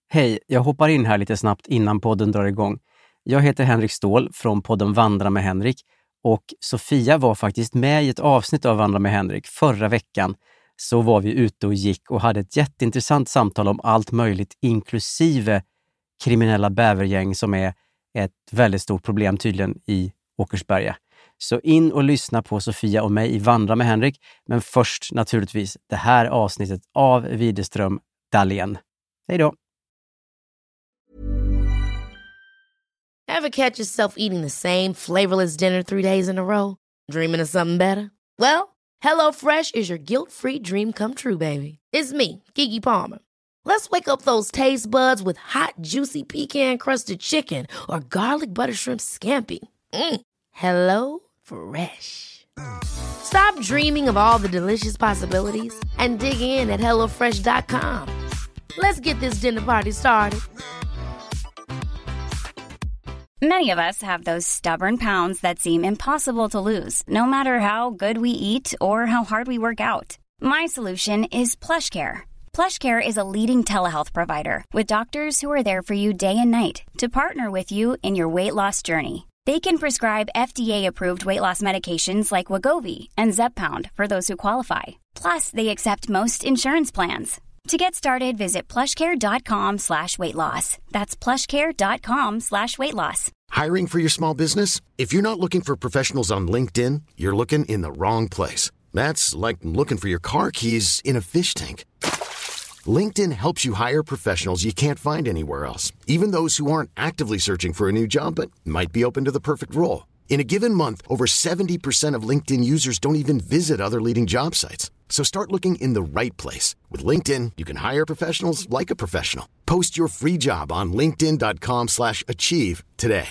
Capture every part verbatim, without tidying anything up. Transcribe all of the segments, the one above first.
Hej, jag hoppar in här lite snabbt innan podden drar igång. Jag heter Henrik Ståhl från podden Vandra med Henrik och Sofia var faktiskt med i ett avsnitt av Vandra med Henrik förra veckan. Så var vi ute och gick och hade ett jätteintressant samtal om allt möjligt inklusive kriminella bävergäng som är ett väldigt stort problem tydligen i Åkersberga. Så in och lyssna på Sofia och mig i Vandra med Henrik, men först naturligtvis det här avsnittet av Widerström Dahlén. Hej då! Ever catch yourself eating the same flavorless dinner three days in a row? Dreaming of something better? Well, HelloFresh is your guilt-free dream come true, baby. It's me, Keke Palmer. Let's wake up those taste buds with hot, juicy pecan-crusted chicken or garlic butter shrimp scampi. Mm. Hello Fresh. Stop dreaming of all the delicious possibilities and dig in at hello fresh dot com. Let's get this dinner party started. Many of us have those stubborn pounds that seem impossible to lose, no matter how good we eat or how hard we work out. My solution is PlushCare. PlushCare is a leading telehealth provider with doctors who are there for you day and night to partner with you in your weight loss journey. They can prescribe F D A-approved weight loss medications like Wegovy and Zepbound for those who qualify. Plus, they accept most insurance plans. To get started, visit plushcare.com slash weight loss. That's plushcare.com slash weight loss. Hiring for your small business? If you're not looking for professionals on LinkedIn, you're looking in the wrong place. That's like looking for your car keys in a fish tank. LinkedIn helps you hire professionals you can't find anywhere else, even those who aren't actively searching for a new job but might be open to the perfect role. In a given month, over seventy percent of LinkedIn users don't even visit other leading job sites. So start looking in the right place. With LinkedIn, you can hire professionals like a professional. Post your free job on linkedin.com slash achieve today.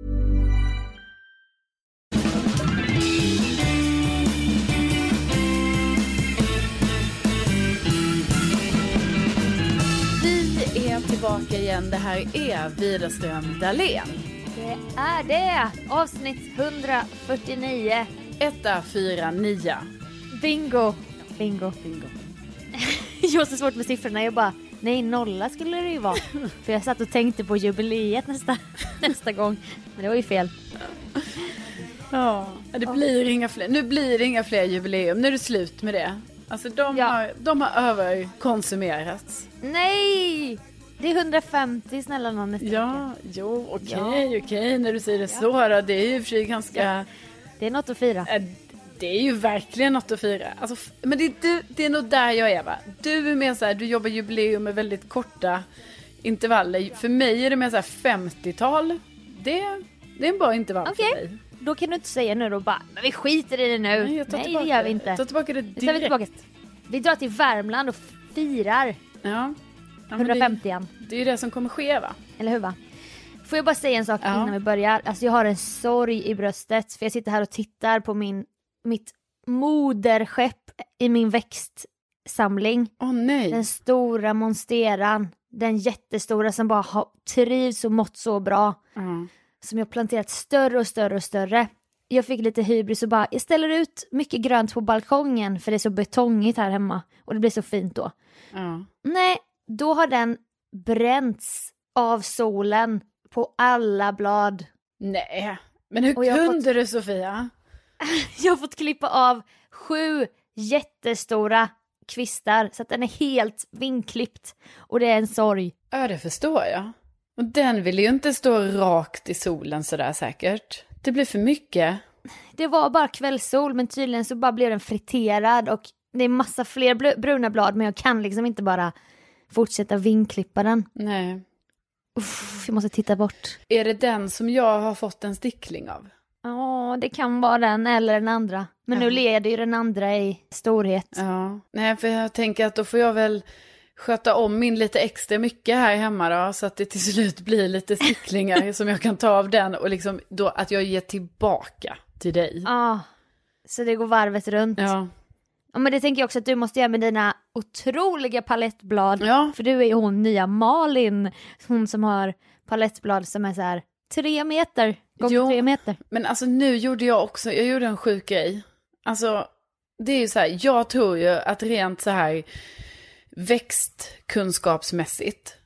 Vi är tillbaka igen. Det här är Widerström Dahlén. Det är det. Avsnitt etthundrafyrtionio. ett fyra nio. Bingo. Bingo. Bingo. Jag har så svårt med siffrorna. Jag bara, nej, nolla skulle det ju vara. För jag satt och tänkte på jubileet nästa, nästa gång. Men det var ju fel. Ja, det blir inga fler. Nu blir det inga fler jubileum. Nu är det slut med det. Alltså de, Ja. har, de har överkonsumerats. Nej! Det är hundrafemtio, snälla någon. Ja, jo, okej, Ja. okej. Okay. När du säger det så här, det är ju för sig ganska... Ja. Det är något att fira. Äh, det är ju verkligen något att fira. Alltså, f- men det är, du, det är nog där jag är, va? Du är mer så här, du jobbar jubileum med väldigt korta intervaller. För mig är det mer så här femtiotal. Det, det är en bra intervall Okej. för mig. Då kan du inte säga nu då bara, men vi skiter i det nu. Nej, jag tar Nej, tillbaka det gör vi inte. Jag tar tillbaka det Det tar vi direkt. tillbaka. Vi drar till Värmland och firar Ja. Ja, men hundrafemtio. Det, det är ju det som kommer ske, va? Eller hur, va? Får jag bara säga en sak Ja. innan vi börjar? Alltså jag har en sorg i bröstet. För jag sitter här och tittar på min, mitt moderskepp i min växtsamling. Åh nej. Den stora monsteran. Den jättestora som bara har trivs och mått så bra. Ja. Som jag planterat större och större och större. Jag fick lite hybris och bara, jag ställer ut mycket grönt på balkongen för det är så betongigt här hemma. Och det blir så fint då. Ja. Nej, då har den bränts av solen på alla blad. Nej. Men hur Och jag har kunde fått- du, Sofia? Jag har fått klippa av sju jättestora kvistar så att den är helt vinklippt. Och det är en sorg. Ja, det förstår jag. Och den vill ju inte stå rakt i solen sådär säkert. Det blir för mycket. Det var bara kvällssol, men tydligen så bara blev den friterad. Och det är massa fler bl- bruna blad, men jag kan liksom inte bara fortsätta vinklippa den. Nej. Uff, jag måste titta bort. Är det den som jag har fått en stickling av? Ja, det kan vara den eller den andra. Men nu Ja. leder ju den andra i storhet. Ja. Nej, för jag tänker att då får jag väl sköta om min lite extra mycket här hemma då. Så att det till slut blir lite sticklingar som jag kan ta av den. Och liksom då att jag ger tillbaka till dig. Ja, så det går varvet runt. Ja. Ja, men det tänker jag också att du måste göra med dina otroliga palettblad. Ja. För du är ju hon nya Malin. Hon som har palettblad som är så här tre meter gånger Jo. tre meter. Men alltså nu gjorde jag också, jag gjorde en sjuk grej. Alltså det är ju så här, jag tror ju att rent så här växtkunskapsmässigt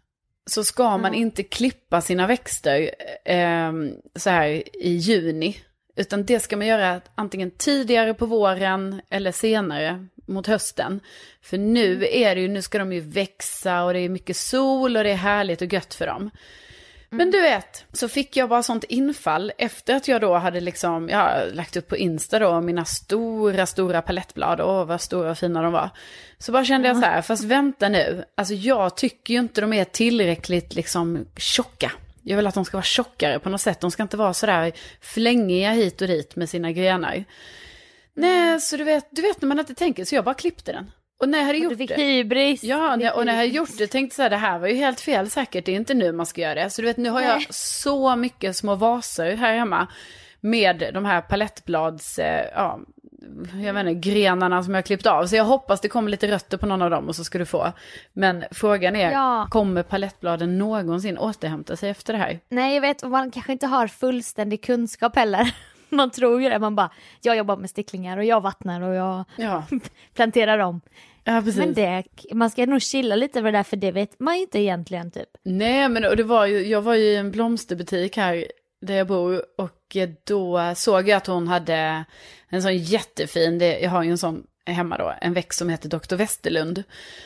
så ska man Mm. inte klippa sina växter eh, så här i juni. Utan det ska man göra antingen tidigare på våren eller senare mot hösten. För nu är det ju, nu ska de ju växa och det är mycket sol och det är härligt och gött för dem. Men du vet, så fick jag bara sånt infall efter att jag då hade liksom, jag har lagt upp på Insta då mina stora, stora palettblad. Åh, vad stora och fina de var. Så bara kände jag så här, fast vänta nu. Alltså jag tycker ju inte de är tillräckligt liksom tjocka. Jag vill att de ska vara tjockare på något sätt. De ska inte vara så där flängiga hit och dit med sina grenar. Nej, så du vet, du vet när man inte tänker, så jag bara klippte den. Och när jag hade Och gjort du fick det. hybris. Ja, Du fick och när jag hade hybris. gjort det tänkte jag så här, det här var ju helt fel säkert. Det är inte nu man ska göra det. Så du vet, nu har jag Nej. så mycket små vaser här hemma. Med de här palettblads, eh, ja, jag vet inte, grenarna som jag har klippt av. Så jag hoppas det kommer lite rötter på någon av dem och så ska du få. Men frågan är, Ja. kommer palettbladen någonsin återhämta sig efter det här? Nej, jag vet, och man kanske inte har fullständig kunskap heller. Man tror ju det, man bara, jag jobbar med sticklingar och jag vattnar och jag Ja, planterar dem. ja precis. Men det, man ska nog chilla lite över det där, för det vet man ju inte egentligen typ. Nej, men och det var ju, jag var ju i en blomsterbutik här där jag bor och då såg jag att hon hade en sån jättefin, det, jag har ju en sån hemma då, en växt som heter doktor Westerlund.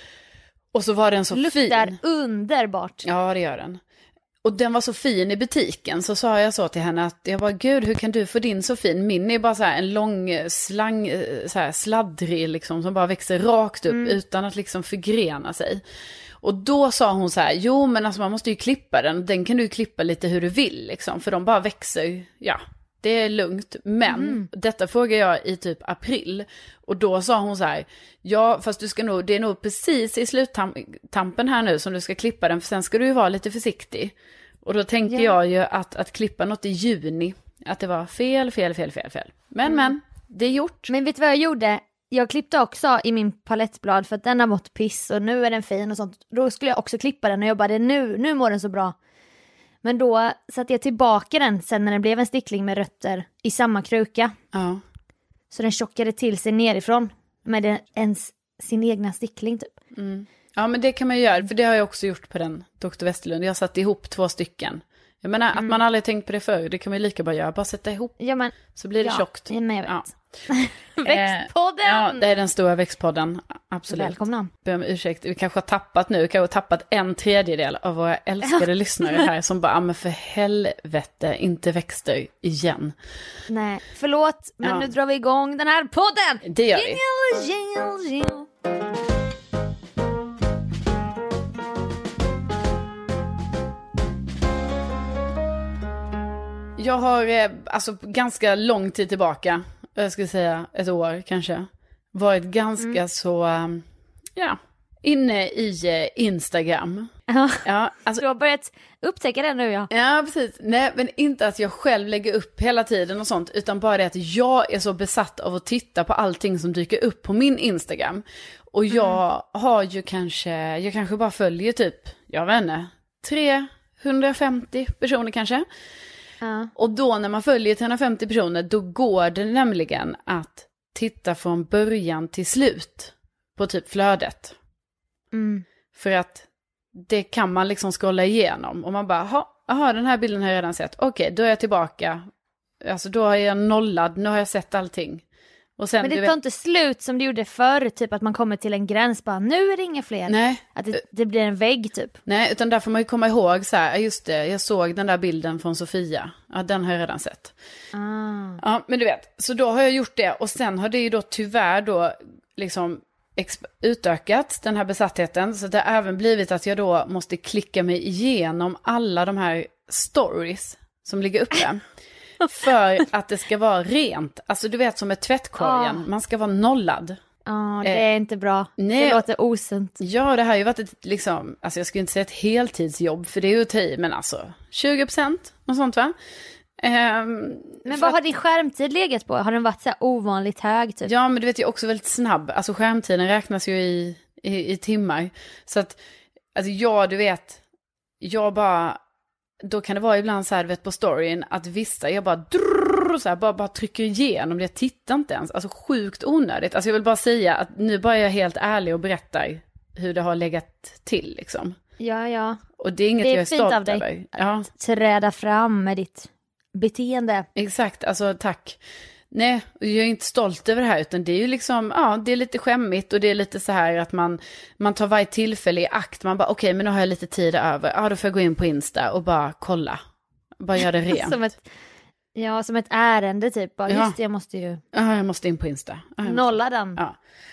Och så var den så Luktar fin. underbart. Ja, det gör den. Och den var så fin i butiken, så sa jag så till henne att jag bara, gud, hur kan du få din så fin? Min är bara så här en lång slang, så här sladdrig liksom, som bara växer rakt upp Mm. utan att liksom förgrena sig. Och då sa hon så här, jo men alltså man måste ju klippa den, den kan du ju klippa lite hur du vill liksom, för de bara växer, ja, det är lugnt. Men Mm. detta frågade jag i typ april, och då sa hon så här, ja fast du ska nog, det är nog precis i sluttampen här nu som du ska klippa den, för sen ska du ju vara lite försiktig. Och då tänkte Ja. jag ju att, att klippa något i juni, att det var fel, fel, fel, fel, fel. Men, men, det är gjort. Men vet du vad jag gjorde? Jag klippte också i min palettblad för att den har mått piss och nu är den fin och sånt. Då skulle jag också klippa den och jag bara, nu, nu mår den så bra. Men då satte jag tillbaka den sen när den blev en stickling med rötter i samma kruka. Ja. Så den tjockade till sig nerifrån med den, ens, sin egna stickling typ. Mm. Ja, men det kan man ju göra, för det har jag också gjort på den doktor Westerlund. Jag satt ihop två stycken. Jag menar, Mm. att man aldrig tänkt på det förr, det kan man ju lika bra göra. Bara sätta ihop, Ja, men, så blir det ja, tjockt. men jag vet. Ja. Växtpodden! Ja, det är den stora växtpodden, absolut. Välkomna. Ber om ursäkt, vi kanske har tappat nu, kanske har tappat en tredjedel av våra älskade lyssnare här som bara, ah, men för helvete, inte växter igen. Nej, förlåt, men Ja. nu drar vi igång den här podden! Det gör vi. Jingle, jingle, jingle. Jag har eh, alltså ganska lång tid tillbaka, jag skulle säga ett år kanske, varit ganska Mm. så, um, ja, inne i eh, Instagram. Ja, Ja, alltså, du har börjat upptäcka det nu, ja. ja, presit. Nej, men inte att jag själv lägger upp hela tiden och sånt, utan bara det att jag är så besatt av att titta på allting som dyker upp på min Instagram. Och jag mm. har ju kanske, jag kanske bara följer typ, jag vet inte, trehundrafemtio personer kanske. Ja. Och då när man följer trehundrafemtio personer, då går det nämligen att titta från början till slut på typ flödet. Mm. För att det kan man liksom scrolla igenom. Och man bara, jaha, den här bilden har jag redan sett. Okej, då är jag tillbaka. Alltså då är jag nollad, nu har jag sett allting. Och sen, Men du det vet- tar inte slut som det gjorde förr, typ att man kommer till en gräns, bara nu är det inga fler. Nej, Att det, det blir en vägg typ. nej, utan där får man ju komma ihåg så här, just det, jag såg den där bilden från Sofia. Ja, den har jag redan sett. Ah. Ja, men du vet, så då har jag gjort det. Och sen har det ju då tyvärr då liksom exp- utökat den här besattheten. Så det har även blivit att jag då måste klicka mig igenom alla de här stories som ligger uppe. För att det ska vara rent. Alltså du vet, som med tvättkorgen, Ah. man ska vara nollad. Ja, det är inte bra. nej. Det låter osunt. Ja, det här har ju varit ett, liksom, alltså jag skulle inte säga ett heltidsjobb, för det är ju att ta i, men alltså tjugo procent och sånt va? Ehm, Men för vad att- har din skärmtid legat på? Har den varit så här ovanligt hög typ? Ja, men du vet, jag är också väldigt snabb. Alltså skärmtiden räknas ju i, i, i timmar. Så att, alltså jag, du vet, jag bara, då kan det vara ibland så här, du vet, på storyn, att vissa, jag bara, drrrr, så här, bara, bara trycker igenom det, jag tittar inte ens. Alltså sjukt onödigt. Alltså jag vill bara säga att nu bara är jag helt ärlig och berättar hur det har legat till liksom. Ja, ja. Och det är inget det är jag är fint stolt av dig över. Ja. att träda fram med ditt beteende. Exakt, alltså tack. Nej, jag är inte stolt över det här, utan det är ju liksom, ja, det är lite skämmigt och det är lite så här att man, man tar varje tillfälle i akt. Man bara, okej, okay, men nu har jag lite tid över. Ja, då får jag gå in på Insta och bara kolla. Bara göra det rent. som ett, ja, som ett ärende typ. Bara, Ja. Just det, jag måste ju Ja, jag måste in på Insta. Ja, jag måste- nolla den. Ja.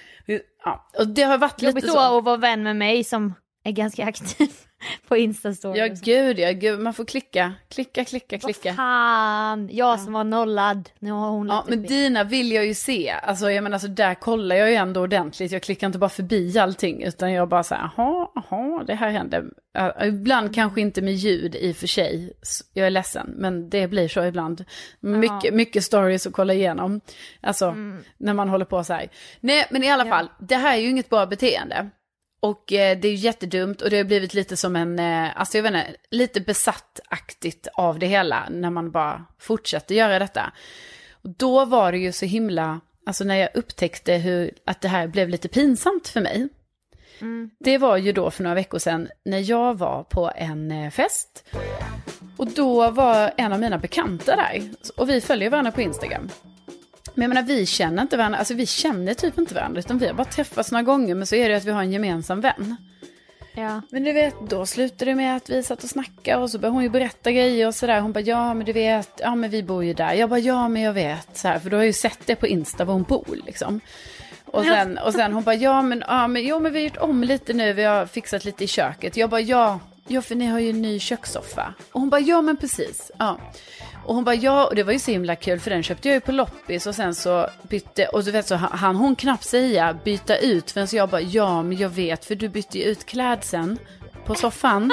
Ja, och det har varit Jobbigt lite då så. att vara vän med mig som är ganska aktiv på Insta-stories. Ja, gud, ja, gud, man får klicka, klicka, klicka, klicka. Vad fan, jag som var nollad. Nu har hon Ja, lite men dina vill jag ju se. Alltså, jag menar, alltså, där kollar jag ju ändå ordentligt. Jag klickar inte bara förbi allting, utan jag bara så här, jaha, jaha, det här händer. Uh, ibland kanske inte med ljud i och för sig. Jag är ledsen, men det blir så ibland. Mycket, mycket stories att kolla igenom. Alltså, mm. när man håller på så här. Nej, men i alla fall, det här är ju inget bra beteende. Och eh, det är ju jättedumt och det har blivit lite som en, eh, alltså jag vet inte, lite besattaktigt av det hela när man bara fortsätter göra detta. Och då var det ju så himla, alltså när jag upptäckte hur, att det här blev lite pinsamt för mig. Mm. Det var ju då för några veckor sedan när jag var på en eh, fest. Och då var en av mina bekanta där och vi följer varandra på Instagram. Men jag menar, vi känner inte varandra, alltså vi känner typ inte varandra, utan vi har bara träffats några gånger, men så är det att vi har en gemensam vän. Ja. Men du vet, då slutade det med att vi satt och snackade och så började hon ju berätta grejer och sådär. Hon bara, ja men du vet, ja men vi bor ju där. Jag bara, ja men jag vet, så här, för då har jag ju sett det på Insta var hon bor liksom. Och sen, och sen hon bara, ja men, ja men, jo, men vi har gjort om lite nu, vi har fixat lite i köket. Jag bara, ja, ja för ni har ju en ny kökssoffa. Och hon bara, ja men precis, ja. Och hon bara, ja, och det var ju så himla kul för den köpte jag ju på loppis och sen så bytte, och du vet så han hon knappt säga byta ut, för så jag bara, ja men jag vet, för du bytte ju ut klädseln på soffan.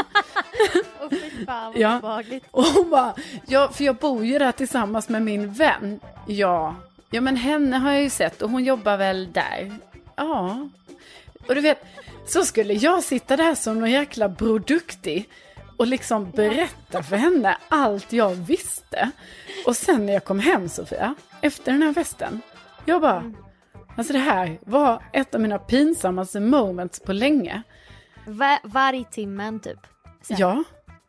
Åh fy fan, vad ja. obehagligt. Och hon bara, ja för jag bor ju där tillsammans med min vän. Ja, ja men henne har jag ju sett och hon jobbar väl där. Ja, och du vet, så skulle jag sitta där som någon jäkla broduktig och liksom berätta för henne allt jag visste. Och sen när jag kom hem, Sofia, efter den här festen, jag bara, mm. alltså det här var ett av mina pinsammaste moments på länge. Var, varje timmen typ? Så. Ja,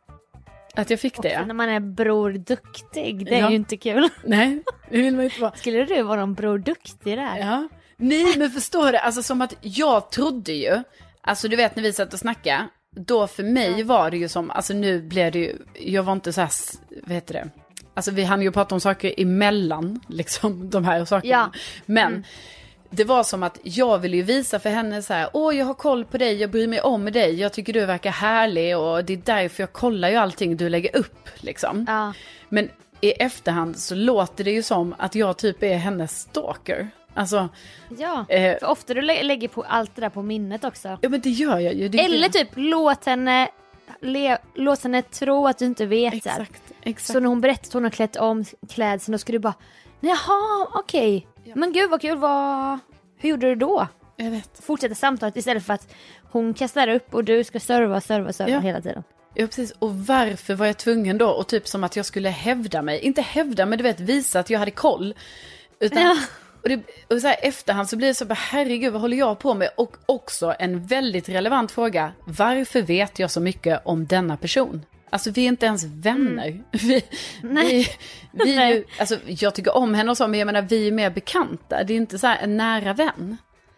att jag fick det. Också när man är bror duktig, det är ja. ju inte kul. Nej, det vill man inte vara. Skulle du vara någon bror duktig där? Ja, nej men förstår du, alltså som att jag trodde ju, alltså du vet när vi satt och snackade, då för mig var det ju som, alltså nu blev det ju, jag var inte så här, vad heter det? Alltså vi hann ju prata om saker emellan, liksom de här sakerna. Ja. Men mm. det var som att jag ville ju visa för henne så här, åh jag har koll på dig, jag bryr mig om dig, jag tycker du verkar härlig och det är därför jag kollar ju allting du lägger upp, liksom. Ja. Men i efterhand så låter det ju som att jag typ är hennes stalker. Alltså, ja, eh, för ofta du lä- lägger på allt det där på minnet också. Ja men det gör jag ju. Det Eller typ låt henne, le- låt henne tro att du inte vet. Exakt, exakt. Så när hon berättar att hon har klätt om klädseln, då ska du bara, jaha okej, okay. ja. Men gud vad kul, vad... hur gjorde du då? Jag vet. Fortsätta samtalet istället för att hon kastar upp och du ska serva, serva, serva ja. hela tiden. Ja precis, och varför var jag tvungen då? Och typ som att jag skulle hävda mig, inte hävda men du vet visa att jag hade koll. Utan... Ja. Och, det, och så här efterhand så blir det så bara, herregud vad håller jag på med? Och också en väldigt relevant fråga, varför vet jag så mycket om denna person? Alltså vi är inte ens vänner. Mm. Vi, vi, vi är ju, alltså, jag tycker om henne och så, men jag menar vi är mer bekanta. Det är inte så här en nära vän.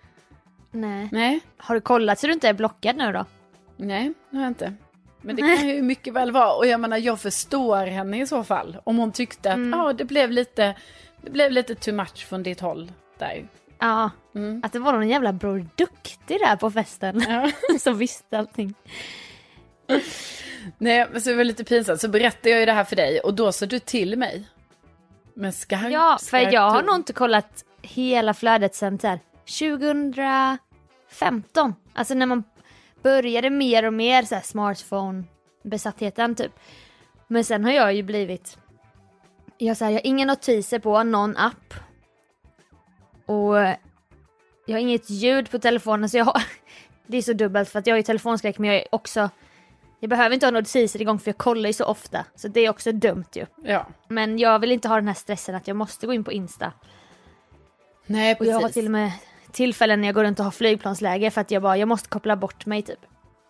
Nej. Nej. Har du kollat så du inte är blockad nu då? Nej, det har jag inte. Men det kan ju mycket väl vara. Och jag menar, jag förstår henne i så fall. Om hon tyckte att mm. ah, det blev lite... Det blev lite too much från ditt håll där. Ja, mm. att det var någon jävla bror duktig där på festen. Ja. Som visste allting. Nej, men så det var lite pinsamt. Så berättade jag ju det här för dig. Och då sa du till mig. Med skarp, ja, för skarp jag har ton. nog inte kollat hela flödet sen så här tjugohundrafemton. Alltså när man började mer och mer så här smartphone-besattheten typ. Men sen har jag ju blivit... Jag, så här, jag har inga notiser på någon app. Och jag har inget ljud på telefonen. Så jag har, det är så dubbelt för att jag är telefonskräck. Men jag är också... Jag behöver inte ha notiser igång för jag kollar ju så ofta. Så det är också dumt ju. Ja. Men jag vill inte ha den här stressen att jag måste gå in på Insta. Nej, precis. Och jag har till och med tillfällen när jag går runt och har flygplansläge. För att jag bara, jag måste koppla bort mig typ.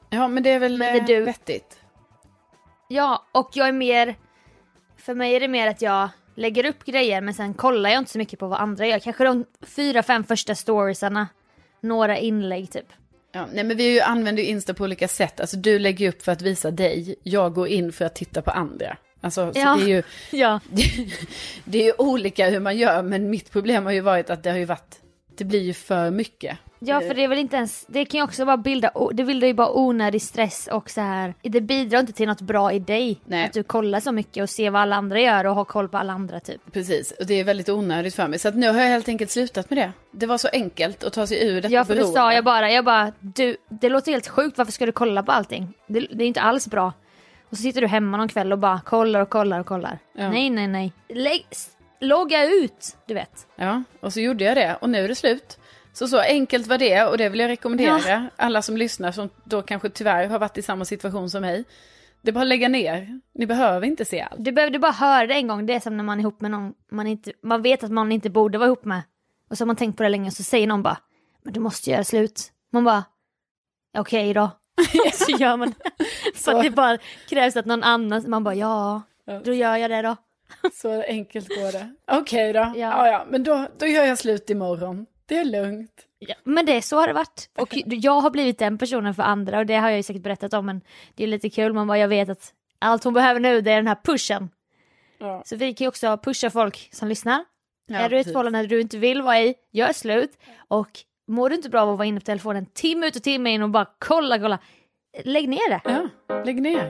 Ja, men det är väl Men det du- vettigt. Ja, och jag är mer... För mig är det mer att jag lägger upp grejer men sen kollar jag inte så mycket på vad andra gör. Kanske de fyra, fem första storiesarna. Några inlägg typ. Ja, nej, men vi ju använder ju Insta på olika sätt. Alltså du lägger ju upp för att visa dig. Jag går in för att titta på andra. Alltså, så Ja. det är ju... Ja. Det är ju olika hur man gör, men mitt problem har ju varit att det har ju varit, det blir ju för mycket. Ja, för det är väl inte ens, det kan ju också bara bilda, det bildar ju bara onödig stress och så här. Det bidrar inte till något bra i dig. Nej. Att du kollar så mycket och ser vad alla andra gör och har koll på alla andra typ. Precis, och det är väldigt onödigt för mig. Så att nu har jag helt enkelt slutat med det. Det var så enkelt att ta sig ur detta Ja, för då beroende. sa jag bara, jag bara, du, det låter helt sjukt, varför ska du kolla på allting? Det, det är inte alls bra. Och så sitter du hemma någon kväll och bara kollar och kollar och kollar. Ja. Nej, nej, nej. Lägg, s- logga ut, du vet. Ja, och så gjorde jag det och nu är det slut. Så så enkelt var det och det vill jag rekommendera Ja. alla som lyssnar som då kanske tyvärr har varit i samma situation som mig. Det är bara att lägga ner. Ni behöver inte se allt. Du behövde bara höra det en gång. Det är som när man är ihop med någon man, inte, man vet att man inte borde vara ihop med. Och så har man tänkt på det länge och så säger någon bara, men du måste göra slut. Man bara, okej då. Så gör man. För att det bara krävs att någon annan, man bara, ja, då gör jag det då. Så enkelt går det. Okej då. Ja. Ja. Ja, men då, då gör jag slut imorgon. Det är lugnt. Ja, men det, så har det varit. Och jag har blivit den personen för andra och det har jag ju säkert berättat om, men det är lite kul. Man bara, jag vet att allt hon behöver nu, det är den här pushen. Ja. Så vi kan ju också pusha folk som lyssnar. Ja, är du i ett precis. förhållande du inte vill vara i, gör slut. Och mår du inte bra av att vara inne på telefonen timme ut och timme in och bara kolla, kolla. Lägg ner det. Ja, lägg ner.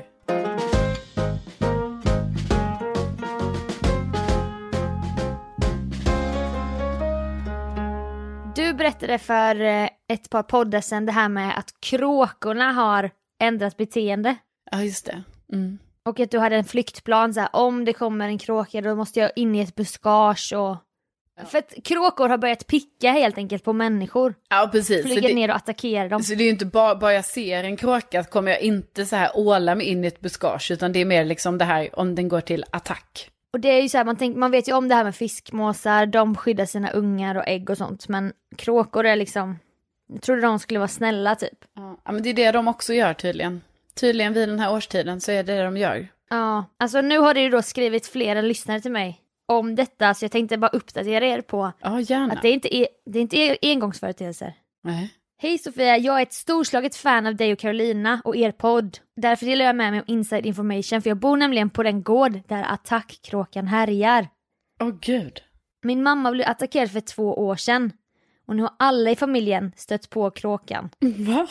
Du berättade för eh, ett par poddar sedan det här med att kråkorna har ändrat beteende. Ja, just det. Mm. Och att du hade en flyktplan, så här, om det kommer en kråka då måste jag in i ett buskage och... För att kråkor har börjat picka helt enkelt på människor. Ja, precis. Så Flyga det, ner och attackera dem. så det är ju inte bara, bara jag ser en kråka så kommer jag inte så här åla mig in i ett buskage, utan det är mer liksom det här om den går till attack. Och det är ju så här, man, tänk, man vet ju om det här med fiskmåsar, de skyddar sina ungar och ägg och sånt. Men kråkor är liksom, jag trodde de skulle vara snälla typ. Ja, men det är det de också gör tydligen. Tydligen vid den här årstiden så är det det de gör. Ja, alltså nu har det ju då skrivit flera lyssnare till mig om detta, så jag tänkte bara uppdatera er på Ja, gärna. att det inte är, det är inte är engångsföreteelser. Nej. Hej Sofia, jag är ett storslaget fan av dig och Carolina och er podd. Därför delar jag med mig om inside information, för jag bor nämligen på den gård där attackkråkan härjar. Åh gud. Min mamma blev attackerad för två år sedan och nu har alla i familjen stött på kråkan. Va?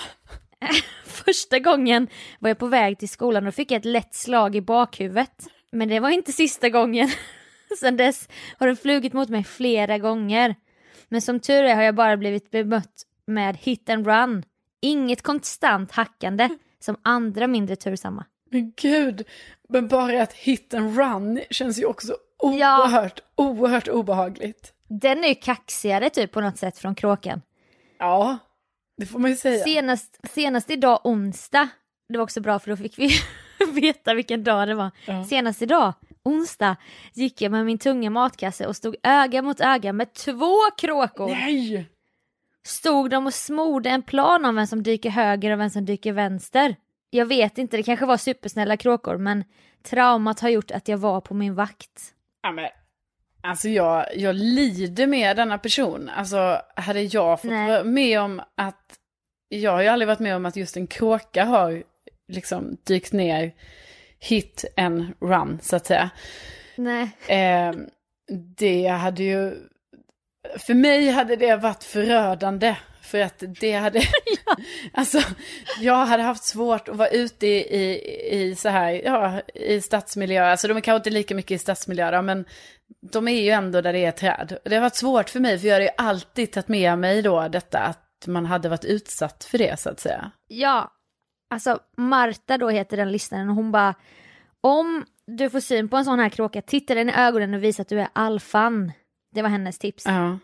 Första gången var jag på väg till skolan och fick ett lätt slag i bakhuvudet. Men det var inte sista gången. Sedan dess har den flugit mot mig flera gånger. Men som tur är har jag bara blivit bemött med hit and run. Inget konstant hackande som andra mindre tursamma. Men gud. Men bara att hit and run känns ju också Ja. oerhört, oerhört obehagligt. Den är ju kaxigare typ på något sätt från kråkan. Ja, det får man ju säga. Senast, senast idag onsdag, det var också bra för då fick vi veta vilken dag det var. Ja. Senast idag, onsdag, gick jag med min tunga matkasse och stod öga mot öga med två kråkor. Nej! Stod de och smorde en plan om vem som dyker höger och vem som dyker vänster. Jag vet inte, det kanske var supersnälla kråkor, men traumat har gjort att jag var på min vakt. Ja, men, alltså jag, jag lider med denna person. Alltså hade jag fått Nej. vara med om att, jag har ju aldrig varit med om att just en kråka har liksom dykt ner, hit and run så att säga. Nej. Eh, det hade ju, för mig hade det varit förödande. För att det hade, ja. Alltså jag hade haft svårt att vara ute i, i, i så här, ja, i stadsmiljö. Alltså de är kanske inte lika mycket i stadsmiljö då, men de är ju ändå där det är träd. Det har varit svårt för mig, för jag hade ju alltid tagit med mig då detta att man hade varit utsatt för det så att säga. Ja, alltså Marta då heter den lyssnaren och hon bara, om du får syn på en sån här kråka, titta den i ögonen och visa att du är alfan. Det var hennes tips. Ja.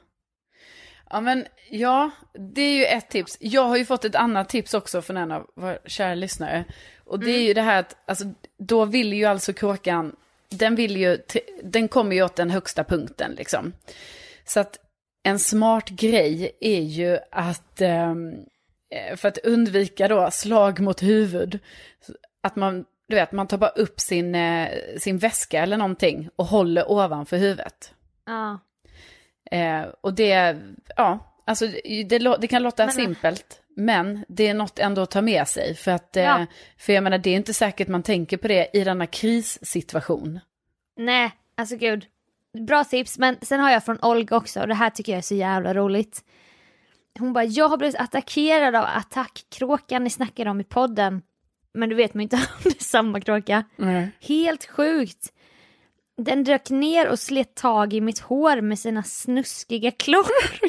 Ja, men ja, det är ju ett tips. Jag har ju fått ett annat tips också från en av våra kära lyssnare. Och det är ju det här att, alltså, då vill ju alltså kråkan, den vill ju, den kommer ju åt den högsta punkten liksom. Så att en smart grej är ju att, eh, för att undvika då slag mot huvud, att man, du vet, man tar bara upp sin, sin väska eller någonting och håller ovanför huvudet. Ja. Eh, och det, ja, alltså det, det kan låta men, simpelt, men det är något ändå att ta med sig. För att, ja. eh, för jag menar, det är inte säkert man tänker på det i denna krissituation. Nej, alltså gud. Bra tips, men sen har jag från Olga också, och det här tycker jag är så jävla roligt. Hon bara, jag har blivit attackerad av attackkråkan ni snackade om i podden. Men du vet man inte om det är samma kråka. Mm. Helt sjukt. Den dök ner och slet tag i mitt hår med sina snuskiga klor.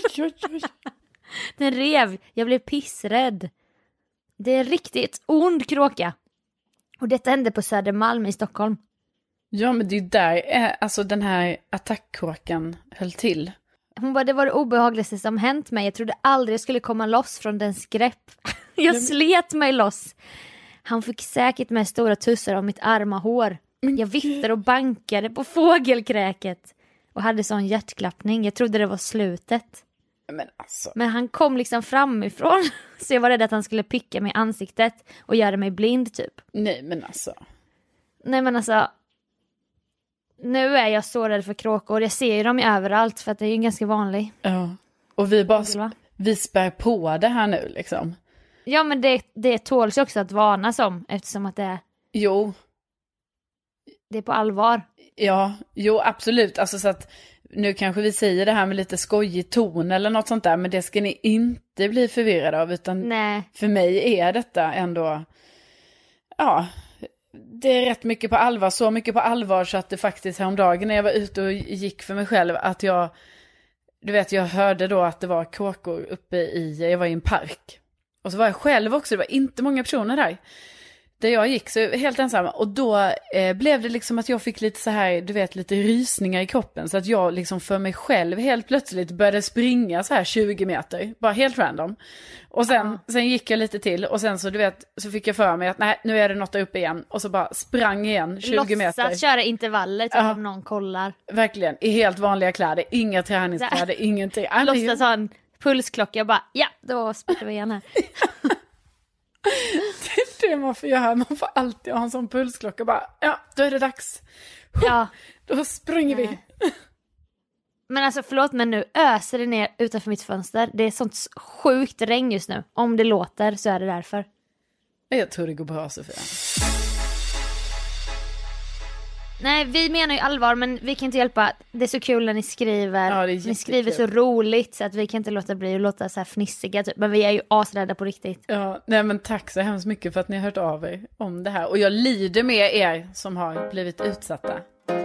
Den rev. Jag blev pissrädd. Det är en riktigt ond kråka. Och detta hände på Södermalm i Stockholm. Ja, men det är ju där alltså den här attackkråkan höll till. Hon bara, det var det obehagligaste som hänt mig. Jag trodde aldrig jag skulle komma loss från dens grepp. Jag slet mig loss. Han fick säkert med stora tussar av mitt arma hår. Jag viftade och bankade på fågelkräket. Och hade sån hjärtklappning. Jag trodde det var slutet. Men alltså. Men han kom liksom framifrån. Så jag var rädd att han skulle picka mig i ansiktet. Och göra mig blind typ. Nej men alltså. Nej men alltså. Nu är jag så rädd för kråkor. Jag ser ju dem överallt. För att det är ju ganska vanligt. Ja. Och vi bara. Vi spär på det här nu liksom. Ja men det, det tåls ju också att varnas om. Eftersom att det är. Jo. Det är på allvar. Ja, jo absolut. Alltså så att nu kanske vi säger det här med lite skojig ton eller något sånt där. Men det ska ni inte bli förvirrade av. Utan nej. För mig är detta ändå, ja, det är rätt mycket på allvar. Så mycket på allvar så att det faktiskt häromdagen när jag var ute och gick för mig själv. Att jag, du vet jag hörde då att det var kråkor uppe i, jag var i en park. Och så var jag själv också, det var inte många personer där. Där jag gick, så helt ensam. Och då eh, blev det liksom att jag fick lite så här, du vet, lite rysningar i kroppen. Så att jag liksom för mig själv helt plötsligt började springa så här tjugo meter. Bara helt random. Och sen, uh. sen gick jag lite till. Och sen så, du vet, så fick jag för mig att nej, nu är det något där uppe igen. Och så bara sprang igen tjugo Låtsas meter. Låtsas köra intervaller typ uh. om någon kollar. Verkligen, i helt vanliga kläder. Inga träningskläder, ingenting. Låtsas ha en pulsklocka. Jag bara, ja, då spurtar vi igen här. Det är det man får göra. Man får alltid ha en sån pulsklocka. Bara, ja, då är det dags. Ja. Då springer vi. Men alltså förlåt, men nu öser det ner utanför mitt fönster. Det är sånt sjukt regn just nu. Om det låter så är det därför. Jag tror det går bra, Sofia. Nej, vi menar ju allvar, men vi kan inte hjälpa. Det är så kul när ni skriver. Ja, ni skriver så roligt så att vi kan inte låta bli att låta så här fnissiga typ. Men vi är ju asrädda på riktigt. Ja, nej men tack så hemskt mycket för att ni har hört av er om det här. Och jag lider med er som har blivit utsatta.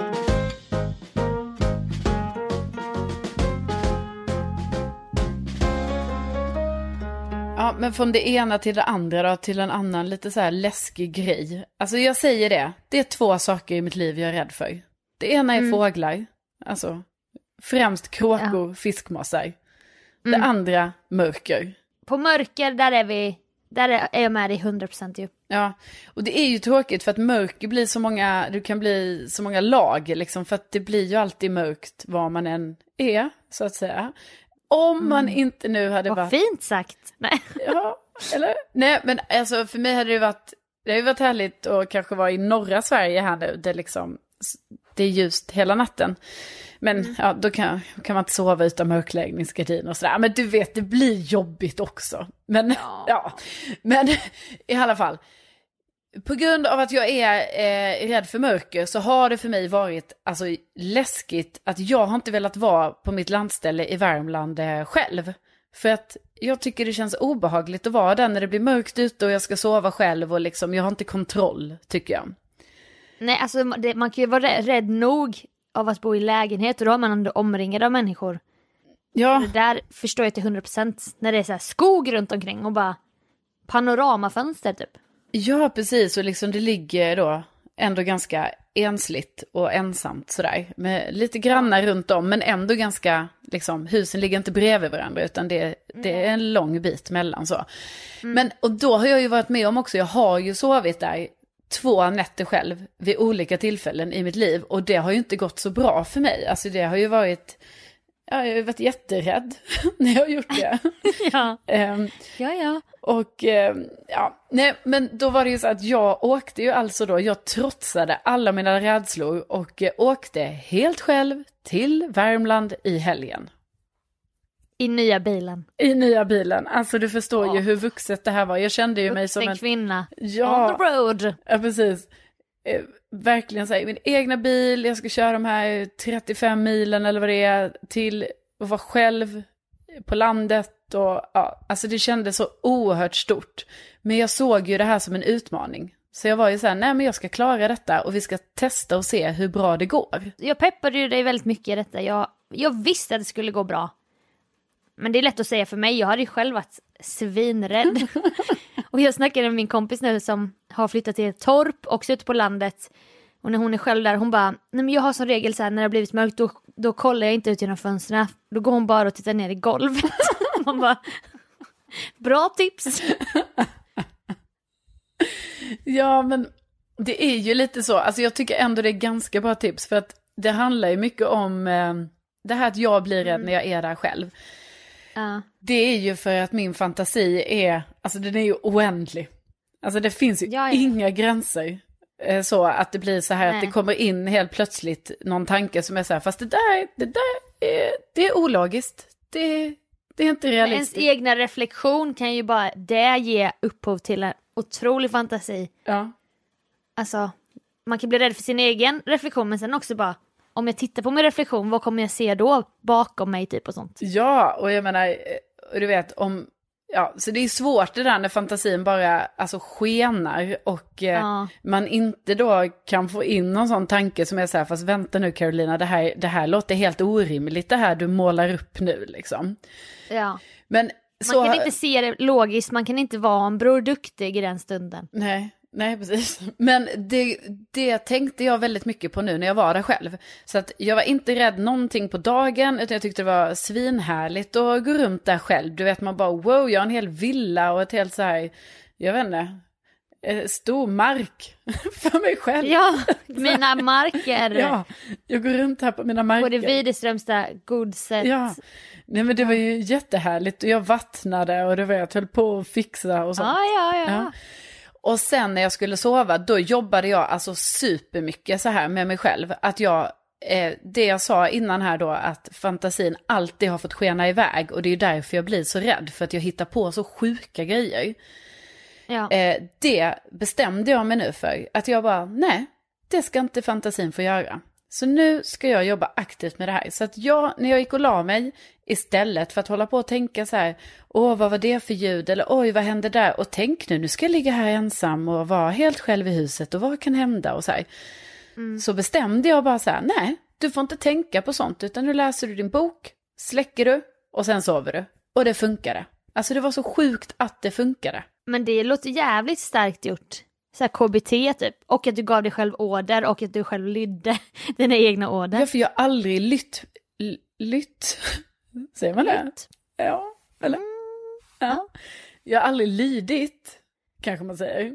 Ja, men från det ena till det andra då, till en annan lite så här läskig grej. Alltså jag säger det, det är två saker i mitt liv jag är rädd för. Det ena är mm. fåglar, alltså främst kråkor, ja. fiskmåsar. Det mm. andra, mörker. På mörker, där är vi, där är jag med i hundra procent ju. Ja, och det är ju tråkigt för att mörker blir så många, du kan bli så många lag liksom, för att det blir ju alltid mörkt var man än är, så att säga. Om man mm. inte nu hade Vad varit... fint sagt. Nej. Ja, eller? Nej, men alltså för mig hade det varit... Det hade varit härligt att kanske vara i norra Sverige här nu. Där liksom... Det är ljust hela natten. Men mm. ja, då kan, kan man inte sova utan mörkläggningsgardin och sådär. Men du vet, det blir jobbigt också. Men ja, ja. Men i alla fall... På grund av att jag är eh, rädd för mörker så har det för mig varit alltså, läskigt att jag har inte velat vara på mitt landställe i Värmland eh, själv. För att jag tycker det känns obehagligt att vara där när det blir mörkt ute och jag ska sova själv och liksom, jag har inte kontroll, tycker jag. Nej, alltså det, man kan ju vara rädd nog av att bo i lägenhet och då har man ändå omringad av människor. Ja. Det där förstår jag till hundra procent när det är så här skog runt omkring och bara panoramafönster typ. Ja, precis. Och liksom det ligger då ändå ganska ensligt och ensamt sådär. Med lite grannar runt om, men ändå ganska, liksom, husen ligger inte bredvid varandra utan det, det är en lång bit mellan så. Mm. Men, och då har jag ju varit med om också, jag har ju sovit där två nätter själv vid olika tillfällen i mitt liv. Och det har ju inte gått så bra för mig. Alltså det har ju varit... Ja, jag har varit jätterädd när jag har gjort det. ja. Um, ja, ja. Och eh, ja, nej, men då var det ju så att jag åkte ju alltså då, jag trotsade alla mina rädslor och eh, åkte helt själv till Värmland i helgen. I nya bilen. I nya bilen. Alltså du förstår ja. ju hur vuxet det här var. Jag kände ju Vuxen mig som en kvinna. Ja, on the road. Ja, precis. Eh, verkligen så här, min egna bil, jag ska köra de här trettiofem milen eller vad det är till att vara själv på landet. Och, ja, alltså det kändes så oerhört stort. Men jag såg ju det här som en utmaning. Så jag var ju så här, nej men jag ska klara detta och vi ska testa och se hur bra det går. Jag peppade ju dig väldigt mycket i detta. Jag, jag visste att det skulle gå bra. Men det är lätt att säga för mig. Jag hade ju själv varit svinrädd. Och jag snackade med min kompis nu som har flyttat till ett torp, också ute på landet. Och när hon är själv där, hon bara, nej men jag har som regel så här, när det har blivit mörkt, då, då kollar jag inte ut genom fönstren. Då går hon bara och tittar ner i golvet. Man bara, bra tips. Ja, men det är ju lite så. Alltså jag tycker ändå det är ganska bra tips. För att det handlar ju mycket om eh, det här att jag blir rädd mm. när jag är där själv. Uh. Det är ju för att min fantasi är, alltså den är ju oändlig. Alltså det finns ju ja, ja. inga gränser. Eh, så att det blir så här Nej. att det kommer in helt plötsligt någon tanke som är så här, fast det där, det där är, det är ologiskt. Det, det är inte realistiskt. Ens egna reflektion kan ju bara det ge upphov till en otrolig fantasi. Ja. Alltså, man kan bli rädd för sin egen reflektion, men sen också bara, om jag tittar på min reflektion, vad kommer jag se då bakom mig typ och sånt? Ja, och jag menar, du vet, om, ja, så det är svårt det där när fantasin bara alltså skenar och eh, ja. man inte då kan få in någon sån tanke som är så här, fast vänta nu Carolina, det här, det här låter helt orimligt, det här du målar upp nu liksom. Ja. Men så, man kan inte se det logiskt, man kan inte vara en Bror Duktig i den stunden. Nej. Nej, precis. Men det, det tänkte jag väldigt mycket på nu när jag var där själv. Så att jag var inte rädd någonting på dagen, utan jag tyckte det var svinhärligt att gå runt där själv. Du vet, man bara, wow, jag har en hel villa och ett helt så här, jag vet inte, stor mark för mig själv. Ja, mina marker. Ja, jag går runt här på mina marker. På det Widerströmsta godset. Ja, nej men det var ju jättehärligt och jag vattnade och det var jag höll på att fixa och sånt. Ja, ja, ja. ja. Och sen när jag skulle sova, då jobbade jag alltså supermycket så här med mig själv. Att jag, eh, det jag sa innan här då, att fantasin alltid har fått skena iväg. Och det är ju därför jag blir så rädd, för att jag hittar på så sjuka grejer. Ja. Eh, det bestämde jag mig nu för. Att jag bara, nej, det ska inte fantasin få göra. Så nu ska jag jobba aktivt med det här. Så att jag, när jag gick och la mig, istället för att hålla på och tänka så här, åh vad var det för ljud, eller oj vad hände där, och tänk nu, nu ska jag ligga här ensam och vara helt själv i huset och vad kan hända och så här. Mm. Så bestämde jag bara så här, nej, du får inte tänka på sånt, utan nu läser du din bok, släcker du och sen sover du. Och det funkade. Alltså det var så sjukt att det funkade. Men det låter jävligt starkt gjort. Så här K B T typ. Och att du gav dig själv order och att du själv lydde dina egna order. Ja, för jag har aldrig lytt. L- lytt. Säger man det? Lytt. Ja, eller? Mm. Ja. Jag har aldrig lydit, kanske man säger.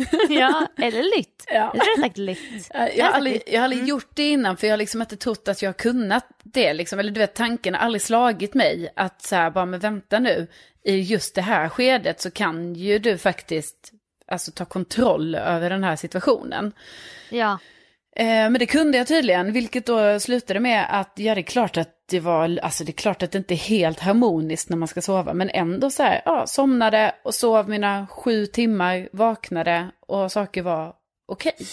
Ja, eller lytt. Ja. Jag tror sagt lytt. Jag har aldrig, jag har aldrig mm. gjort det innan, för jag har liksom inte trott att jag har kunnat det. Liksom. Eller du vet, tanken har aldrig slagit mig att så här, bara men vänta nu, i just det här skedet så kan ju du faktiskt alltså ta kontroll över den här situationen. Ja. Eh, men det kunde jag tydligen, vilket då slutade med att ja, det är klart att det var, alltså det är klart att det inte är helt harmoniskt när man ska sova, men ändå så här, ja, somnade och sov mina sju timmar, vaknade och saker var okej. Okay.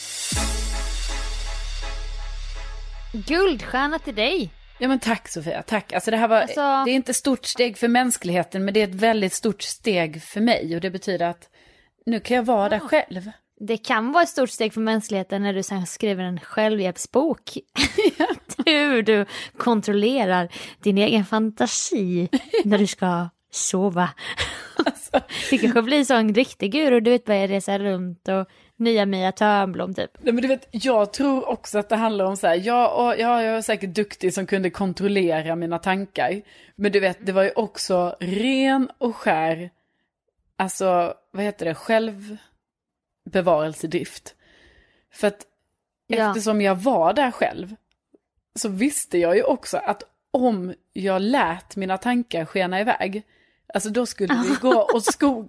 Guldstjärna till dig. Ja men tack Sofia, tack. Alltså det här var, alltså... det är inte ett stort steg för mänskligheten, men det är ett väldigt stort steg för mig, och det betyder att nu kan jag vara ja. där själv. Det kan vara ett stort steg för mänskligheten när du sen skriver en självhjälpsbok. Hur du kontrollerar din egen fantasi när du ska sova. Alltså. Det kanske blir så en riktig guru, du vet, börja resa runt och nya Mia Törnblom typ. Nej, men du vet, jag tror också att det handlar om så här, jag, och, jag är säkert duktig som kunde kontrollera mina tankar. Men du vet, det var ju också ren och skär, alltså, vad heter det, självbevarelsedrift. För att ja. eftersom jag var där själv så visste jag ju också att om jag lät mina tankar skena iväg, alltså då skulle vi gå åt skogen.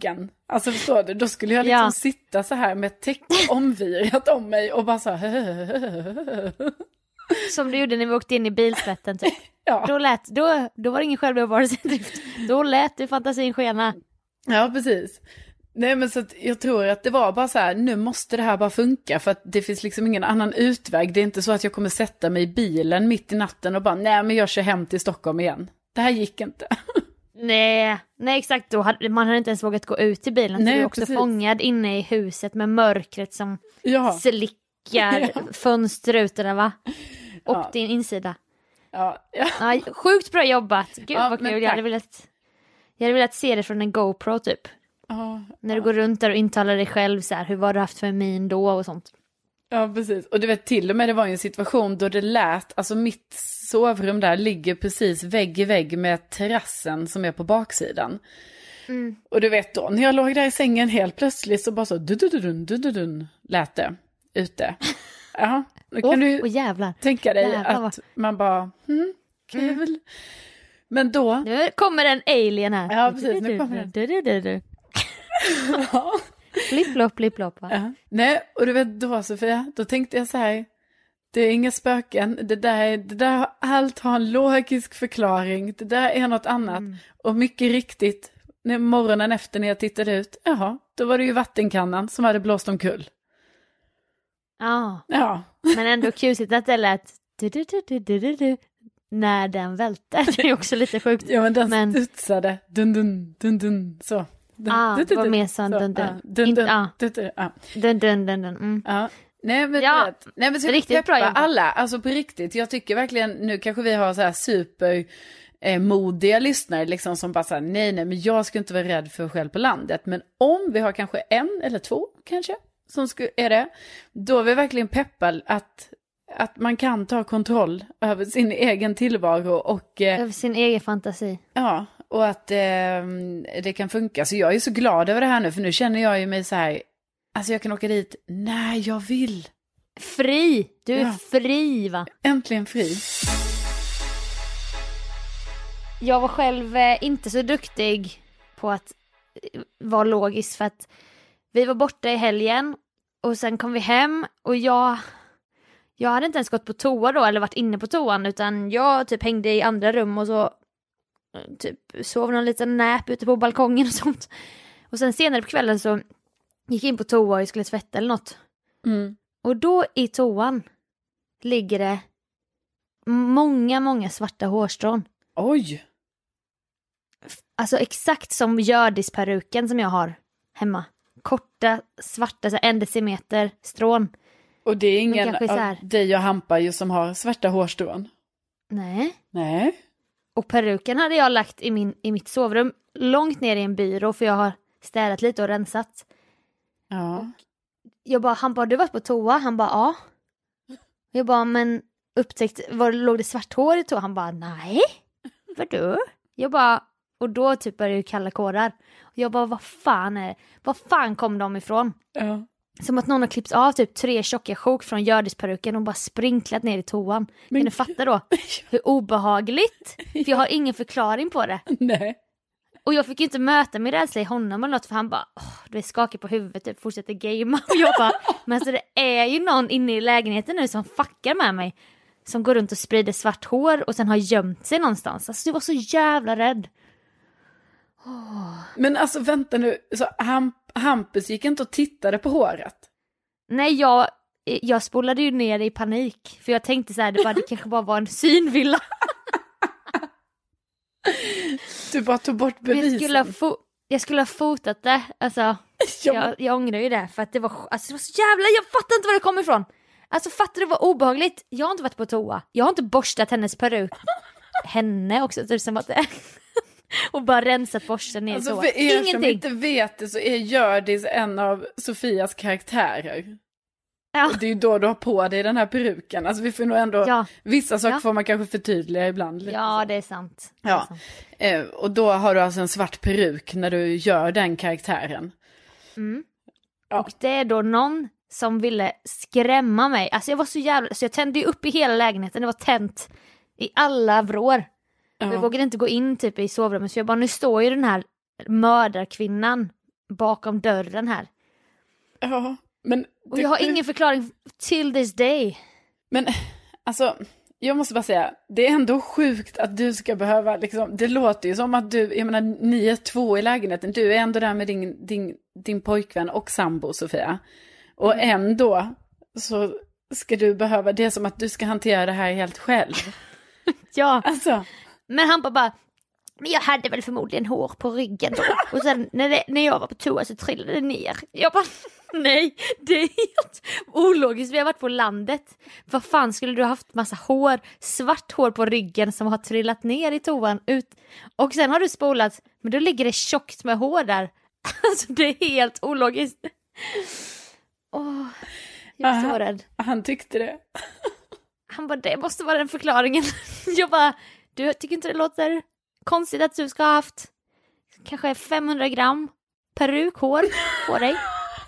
Alltså förstår du, då skulle jag liksom Ja. sitta så här med ett täcke omvirat om mig och bara så här. Som du gjorde när vi åkte in i bilslätten typ. Ja. Då, lät, då, då var det ingen självbevarelsedrift. Då lät det fantasin skena. Ja, precis. Nej, men så att jag tror att det var bara så här, nu måste det här bara funka för att det finns liksom ingen annan utväg. Det är inte så att jag kommer sätta mig i bilen mitt i natten och bara, nej men jag kör hem till Stockholm igen. Det här gick inte. Nej, nej exakt. Då hade, man hade inte ens vågat gå ut i bilen. Nej, du är också precis. fångad inne i huset med mörkret som Ja. slickar Ja. fönsterrutorna va? Och Ja. din insida. Ja, ja. Ja, sjukt bra jobbat. Gud Ja, vad men kul. Jag hade, tack. velat, jag hade velat se det från en GoPro typ. Ja, När du går runt där och intalar dig själv så här, hur var du haft för min då och sånt. ja, precis. Och du vet, till och med det var ju en situation då det lät, alltså mitt sovrum där ligger precis vägg i vägg med terrassen som är på baksidan. Mm. Och du vet då, när jag låg där i sängen helt plötsligt så bara så du-du-du-dun, du-du-dun, lät det ute. Ja, då kan Åh, du och jävlar. tänka dig jävlar vad- att man bara, hmm, kul. Mm. Men då, Nu kommer en alien här. Ja, precis, nu kommer den. Du, du, du, du. ja. Flipp, flopp, flipp, flopp va? Ja. Nej, och du vet då Sofia, då tänkte jag så här, det är inga spöken, det där, är, det där allt har en logisk förklaring, det där är något annat. Mm. Och mycket riktigt, när morgonen efter när jag tittade ut, jaha, då var det ju vattenkannan som hade blåst omkull. Ja, Ja, men ändå kusigt att det lät du, du, du, du, du, du, du, när den välte. Det är också lite sjukt. ja men den Men- studsade, dun dun, dun dun, så. Dun, Ah, dun, det var dun, mer sån så, dun, dun. ja, dun, Inte- dun, ah. dun, dun, ja. Dun, dun, dun, dun. Mm. Ja. Nej men, Ja, du vet, nej, men så riktigt peppa bra jobbat. alla, alltså på riktigt, jag tycker verkligen, nu kanske vi har så här super eh, modiga lyssnare liksom som bara säger nej nej men jag ska inte vara rädd för själv på landet, men om vi har kanske en eller två kanske som sku, är det, då är vi verkligen peppad att, att man kan ta kontroll över sin egen tillvaro och eh, Över sin egen fantasi. ja, och att eh, det kan funka. Så jag är så glad över det här nu, för nu känner jag ju mig så här, alltså jag kan åka dit när jag vill. Fri! Du är Ja. fri va? Äntligen fri. Jag var själv eh, inte så duktig på att eh, vara logisk för att vi var borta i helgen och sen kom vi hem och jag jag hade inte ens gått på toa då eller varit inne på toan utan jag typ hängde i andra rum och så eh, typ sov någon liten nap ute på balkongen och sånt. Och sen senare på kvällen så gick jag in på toa och jag skulle tvätta eller något. Mm. Och då i toan ligger det många, många svarta hårstrån. Oj! Alltså exakt som Hjördis-peruken som jag har hemma. Korta, svarta, så här en decimeter strån. Och det är ingen kanske så av här- dig och Hampa ju som har svarta hårstrån. Nej. Nej. Och peruken hade jag lagt i, min, i mitt sovrum. Långt ner i en byrå för jag har städat lite och rensat. Ja. Jag bara, han bara, har du varit på toa? Han bara, ja. Jag bara, men upptäckt, var låg det svart hår i toa? Han bara, nej. Vadå? Jag bara, och då typ började jag kalla kårar. Jag bara, vad fan är det? Vad fan kom de ifrån? Ja. Som att någon har klippt av typ tre tjocka sjok från Hjördis-peruken och bara sprinklat ner i toan. Men Kan du fatta då? Hur obehagligt? För jag har ingen förklaring på det. Nej. Och jag fick ju inte möta min rädsla i honom eller något för han bara, åh, du är skakig på huvudet, typ, fortsätter gamea. Och jag bara, men alltså det är ju någon inne i lägenheten nu som fuckar med mig. Som går runt och sprider svart hår och sen har gömt sig någonstans. Alltså jag var så jävla rädd. Men alltså vänta nu, så Hamp, Hampus gick inte och tittade på håret? Nej, jag, jag spolade ju ner i panik. För jag tänkte så här, det, bara, det kanske bara var en synvilla. Du bara tog bort Men bevisen. jag skulle, ha fo- jag skulle ha fotat det. Alltså, Ja, jag, jag ångrar ju det. För att det var, alltså, det var så jävla, jag fattar inte var det kom ifrån. Alltså fattar du vad obehagligt? Jag har inte varit på toa. Jag har inte borstat hennes peruk. Henne också, tusen var det. Och bara rensat borsten ner i alltså toa. för er som Ingenting. inte vet det så är Hjördis en av Sofias karaktärer. Ja. Och det är ju då du har på dig den här peruken. Alltså vi får nog ändå, Ja. vissa saker Ja. får man kanske förtydliga ibland. lite Ja, så. det är sant. Det är Ja. sant. Eh, och då har du alltså en svart peruk när du gör den karaktären. Mm. Ja. Och det är då någon som ville skrämma mig. Alltså jag var så jävla, så jag tände ju upp i hela lägenheten. Det var tänt i alla vrår. Ja. Jag vågade inte gå in typ i sovrummet. Så jag bara, nu står ju den här mördarkvinnan bakom dörren här. Ja, men... Och jag har ingen förklaring till this day. Men alltså, jag måste bara säga, det är ändå sjukt att du ska behöva, liksom, det låter ju som att du, jag menar, ni är två i lägenheten. Du är ändå där med din, din, din pojkvän och sambo, Sofia. Och mm. ändå så ska du behöva, det är som att du ska hantera det här helt själv. Ja, alltså. Men han bara, bara, men jag hade väl förmodligen hår på ryggen då. Och sen när, det, när jag var på toa så trillade det ner. Jag bara, nej, det är helt ologiskt. Vi har varit på landet. Vad fan skulle du ha haft massa hår, svart hår på ryggen som har trillat ner i toan ut. Och sen har du spolat, men då ligger det tjockt med hår där. Alltså det är helt ologiskt. Åh, jag är så rädd. Han tyckte det. Han bara, det måste vara den förklaringen. Jag bara, du tycker inte det låter konstigt att du ska ha haft kanske femhundra gram perukhår på dig?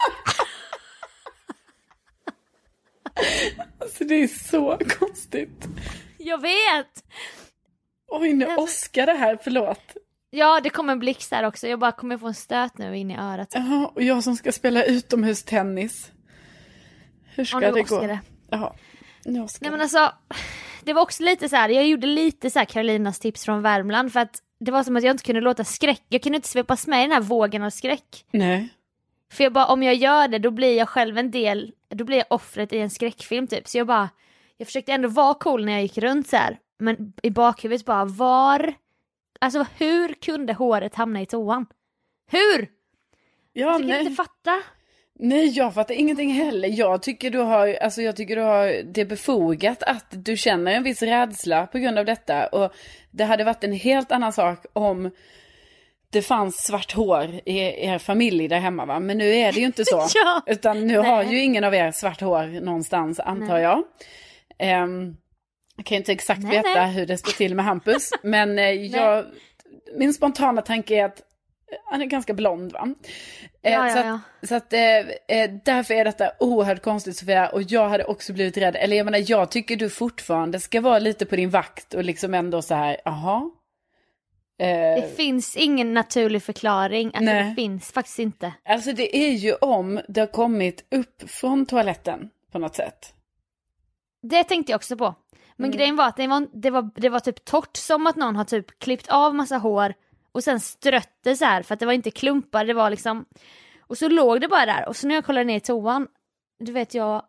Alltså det är så konstigt. Jag vet. Oj, nu Oskar det här, förlåt. Ja, det kommer en blixt där också. Jag bara kommer få en stöt nu in i örat. Ja, och jag som ska spela utomhustennis. Hur ska ja, det gå? Det. Jaha, nu Oskar. Nej men alltså, det var också lite så här, jag gjorde lite så här Karolinas tips från Värmland för att det var som att jag inte kunde låta skräck. Jag kunde inte svepas med i den här vågen av skräck. Nej. För jag bara, om jag gör det, då blir jag själv en del, då blir jag offret i en skräckfilm typ. Så jag bara, jag försökte ändå vara cool när jag gick runt så här. Men i bakhuvudet bara, var, alltså hur kunde håret hamna i toan? Hur? Ja, jag nej. inte fatta. Nej, jag fattar ingenting heller. Jag tycker du har, alltså jag tycker du har, det är befogat att du känner en viss rädsla på grund av detta. Och det hade varit en helt annan sak om det fanns svart hår i er familj där hemma, va? Men nu är det ju inte så. Ja. Utan nu Nej. har ju ingen av er svart hår någonstans, antar Nej. jag. Um, jag kan ju inte exakt nej, veta nej. hur det står till med Hampus. Men eh, jag, min spontana tanke är att han är ganska blond, va? Eh, ja, så ja, ja. att, så att eh, därför är detta oerhört konstigt, Sofia. Och jag hade också blivit rädd. Eller jag menar, jag tycker du fortfarande ska vara lite på din vakt. Och liksom ändå så här, aha. Eh, det finns ingen naturlig förklaring. Alltså nej. Det finns faktiskt inte. Alltså det är ju om det har kommit upp från toaletten på något sätt. Det tänkte jag också på. Men mm. grejen var att det var, det, var, det var typ torrt, som att någon har typ klippt av massa hår och sen strött det så här, för att det var inte klumpar, det var liksom, och så låg det bara där. Och så när jag kollade ner i toan, du vet jag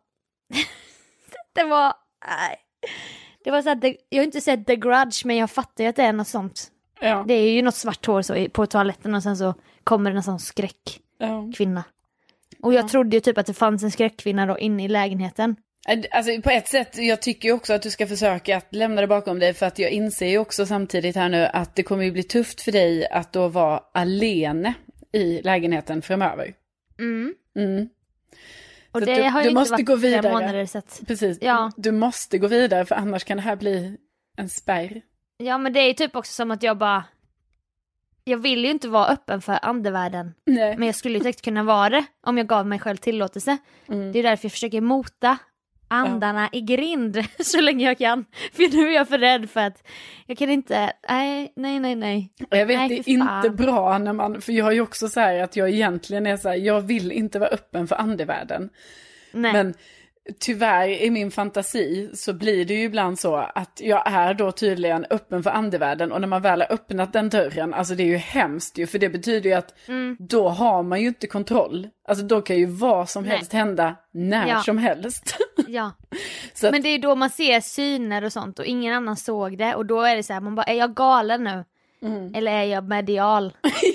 det var nej. Det var så att det, jag har inte sett The Grudge, men jag fattar ju att det är något sånt. Ja. Det är ju något svart hår så på toaletten och sen så kommer det en sån skräckkvinna. Ja. Och jag ja. trodde ju typ att det fanns en skräckkvinna då inne i lägenheten. Alltså på ett sätt, jag tycker ju också att du ska försöka att lämna det bakom dig, för att jag inser ju också samtidigt här nu att det kommer ju bli tufft för dig att då vara alene i lägenheten framöver. Mm. Mm. Och så det du, har ju du inte måste varit gå vidare. flera månader så att, precis, ja. Du måste gå vidare, för annars kan det här bli en spärr. Ja, men det är ju typ också som att jag bara, jag vill ju inte vara öppen för andevärlden. Nej. Men jag skulle ju säkert kunna vara det om jag gav mig själv tillåtelse. Mm. Det är därför jag försöker mota andarna ja. i grind så länge jag kan. För nu är jag för rädd för att jag kan inte, nej, nej, nej, nej. Jag vet, nej, det är inte bra när man, för jag har ju också så här att jag egentligen är så här, jag vill inte vara öppen för andevärlden. Nej. Men tyvärr i min fantasi så blir det ju ibland så att jag är då tydligen öppen för andevärlden, och när man väl har öppnat den dörren, alltså det är ju hemskt ju, för det betyder ju att mm. då har man ju inte kontroll. Alltså då kan ju vad som Nej. helst hända när ja. som helst. Ja. Så att, men det är då man ser syner och sånt och ingen annan såg det, och då är det så här, man bara, är jag galen nu? Mm. Eller är jag medial?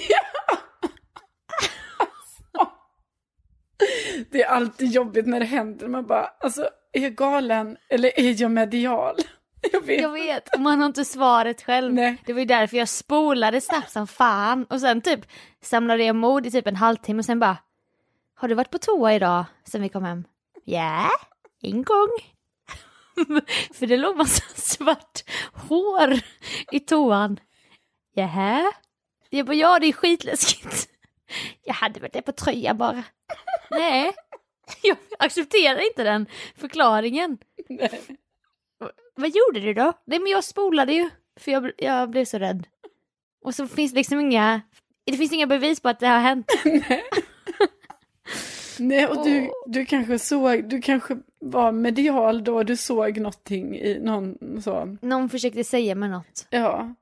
Det är alltid jobbigt när det händer. Man bara, alltså, är jag galen eller är jag medial? Jag vet. Jag vet, och man har inte svaret själv. Nej. Det var ju därför jag spolade snabbt som fan. Och sen typ samlade jag mod i typ en halvtimme och sen bara, har du varit på toa idag sen vi kom hem? Ja, en gång. För det låg massa svart hår i toan. Jaha. Jag bara, ja, det är skitläskigt. Jag hade väl det på tröja bara. Nej, jag accepterar inte den förklaringen. Nej. V- vad gjorde du då? Nej, men jag spolade ju. För jag, jag blev så rädd. Och så finns det liksom inga det finns inga bevis på att det har hänt. Nej, och du, du kanske såg, du kanske var medial då, du såg någonting i någon så. Någon försökte säga mig något. Ja.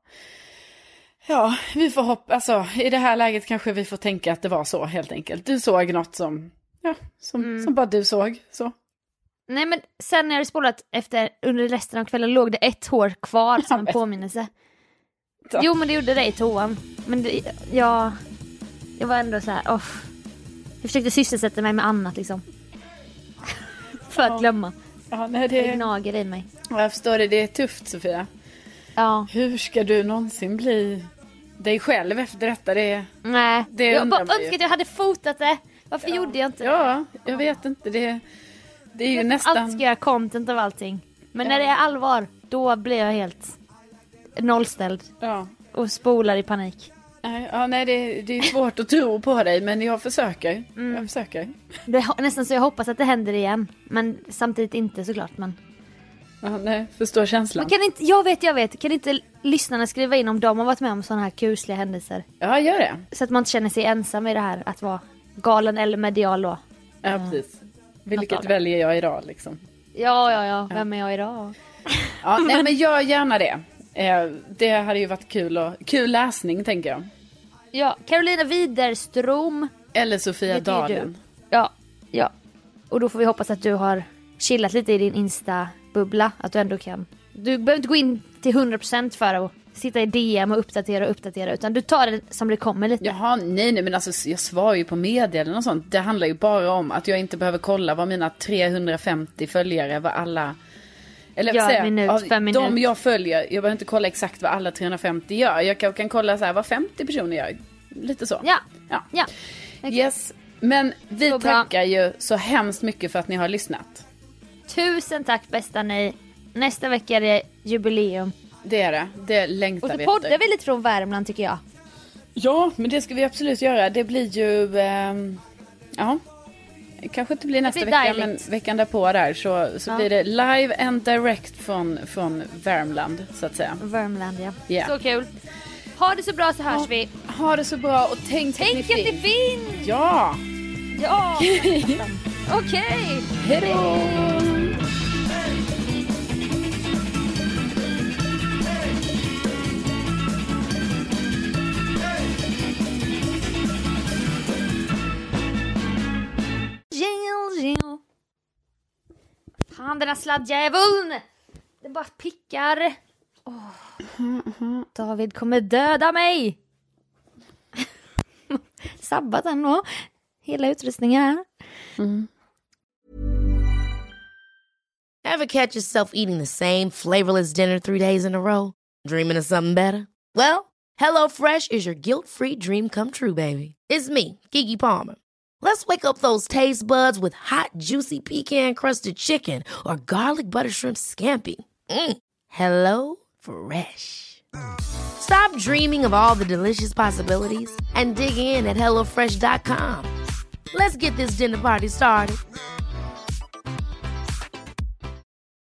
Ja, vi får hoppa, alltså i det här läget kanske vi får tänka att det var så helt enkelt. Du såg något som, ja, som, mm. som bara du såg, så. Nej, men sen när jag spolat efter, under resten av kvällen låg det ett hår kvar som en påminnelse. Så. Jo, men det gjorde det i toan. Men det, ja, det var ändå så här, oh. Jag försökte sysselsätta mig med annat liksom. För att glömma. Ja, nej, det... det gnager i mig. Jag förstår det, det är tufft, Sofia. Ja. Hur ska du någonsin bli dig själv efter detta? Det, nej, det jag bara önskar att jag hade fotat det. Varför ja. gjorde jag inte det? Ja, jag vet inte. Det, det är ju jag nästan... Allt ska göra content av allting. Men ja. när det är allvar, då blir jag helt nollställd. Ja. Och spolar i panik. Ja, nej, det, det är svårt att tro på dig, men jag försöker. Mm. Jag försöker. Det är nästan så jag hoppas att det händer igen. Men samtidigt inte såklart. Men... Ja, nej, förstår känslan. Men kan inte, jag vet, jag vet. Kan inte lyssnarna skriva in om de har varit med om sådana här kusliga händelser? Ja, gör det. Så att man inte känner sig ensam i det här. Att vara galen eller medial då. Ja, precis. Vilket väljer jag idag liksom? Ja, ja, ja. Vem är jag idag? Ja, nej, men gör gärna det. Det hade ju varit kul, och, kul läsning, tänker jag. Ja, Carolina Widerström. Eller Sofia Dalin. Ja, ja. Och då får vi hoppas att du har chillat lite i din Insta-bubbla. Att du ändå kan. Du behöver inte gå in till hundra procent för att sitta i D M och uppdatera och uppdatera. Utan du tar det som det kommer lite. Jaha, nej, nej, men alltså jag svarar ju på meddelanden och sånt. Det handlar ju bara om att jag inte behöver kolla vad mina trehundrafemtio följare, vad alla... Eller ja, säga, minut, av fem de minut. jag följer, jag behöver inte kolla exakt vad alla trehundrafemtio gör. Jag kan, kan kolla så här vad femtio personer gör. Lite så. Ja, ja. ja. Okay. Yes, men vi så tackar ju så hemskt mycket för att ni har lyssnat. Tusen tack bästa ni. Nästa vecka är det jubileum. Det är det, det längtar vi efter. Och så poddar vi lite från Värmland tycker jag. Ja, men det ska vi absolut göra. Det blir ju, eh, ja... Kanske inte blir nästa blir vecka, dejligt. men veckan därpå där så, så ja. blir det live and direct från, från Värmland, så att säga. Värmland, ja. Yeah. Så kul. Ha det så bra så hörs ha, vi. Ha det så bra och tänk, tänk att, ni att ni finns. Ja. Ja. Okej. Okay. Hej då. Fan, den där sladdjäveln! Det bara pickar. Oh. David kommer döda mig! Sabbat den då. Hela utrustningen här. Mm. Ever catch yourself eating the same flavorless dinner three days in a row? Dreaming of something better? Well, HelloFresh is your guilt-free dream come true, baby. It's me, Keke Palmer. Let's wake up those taste buds with hot, juicy pecan-crusted chicken or garlic butter shrimp scampi. Mm. Hello Fresh. Stop dreaming of all the delicious possibilities and dig in at hello fresh dot com. Let's get this dinner party started.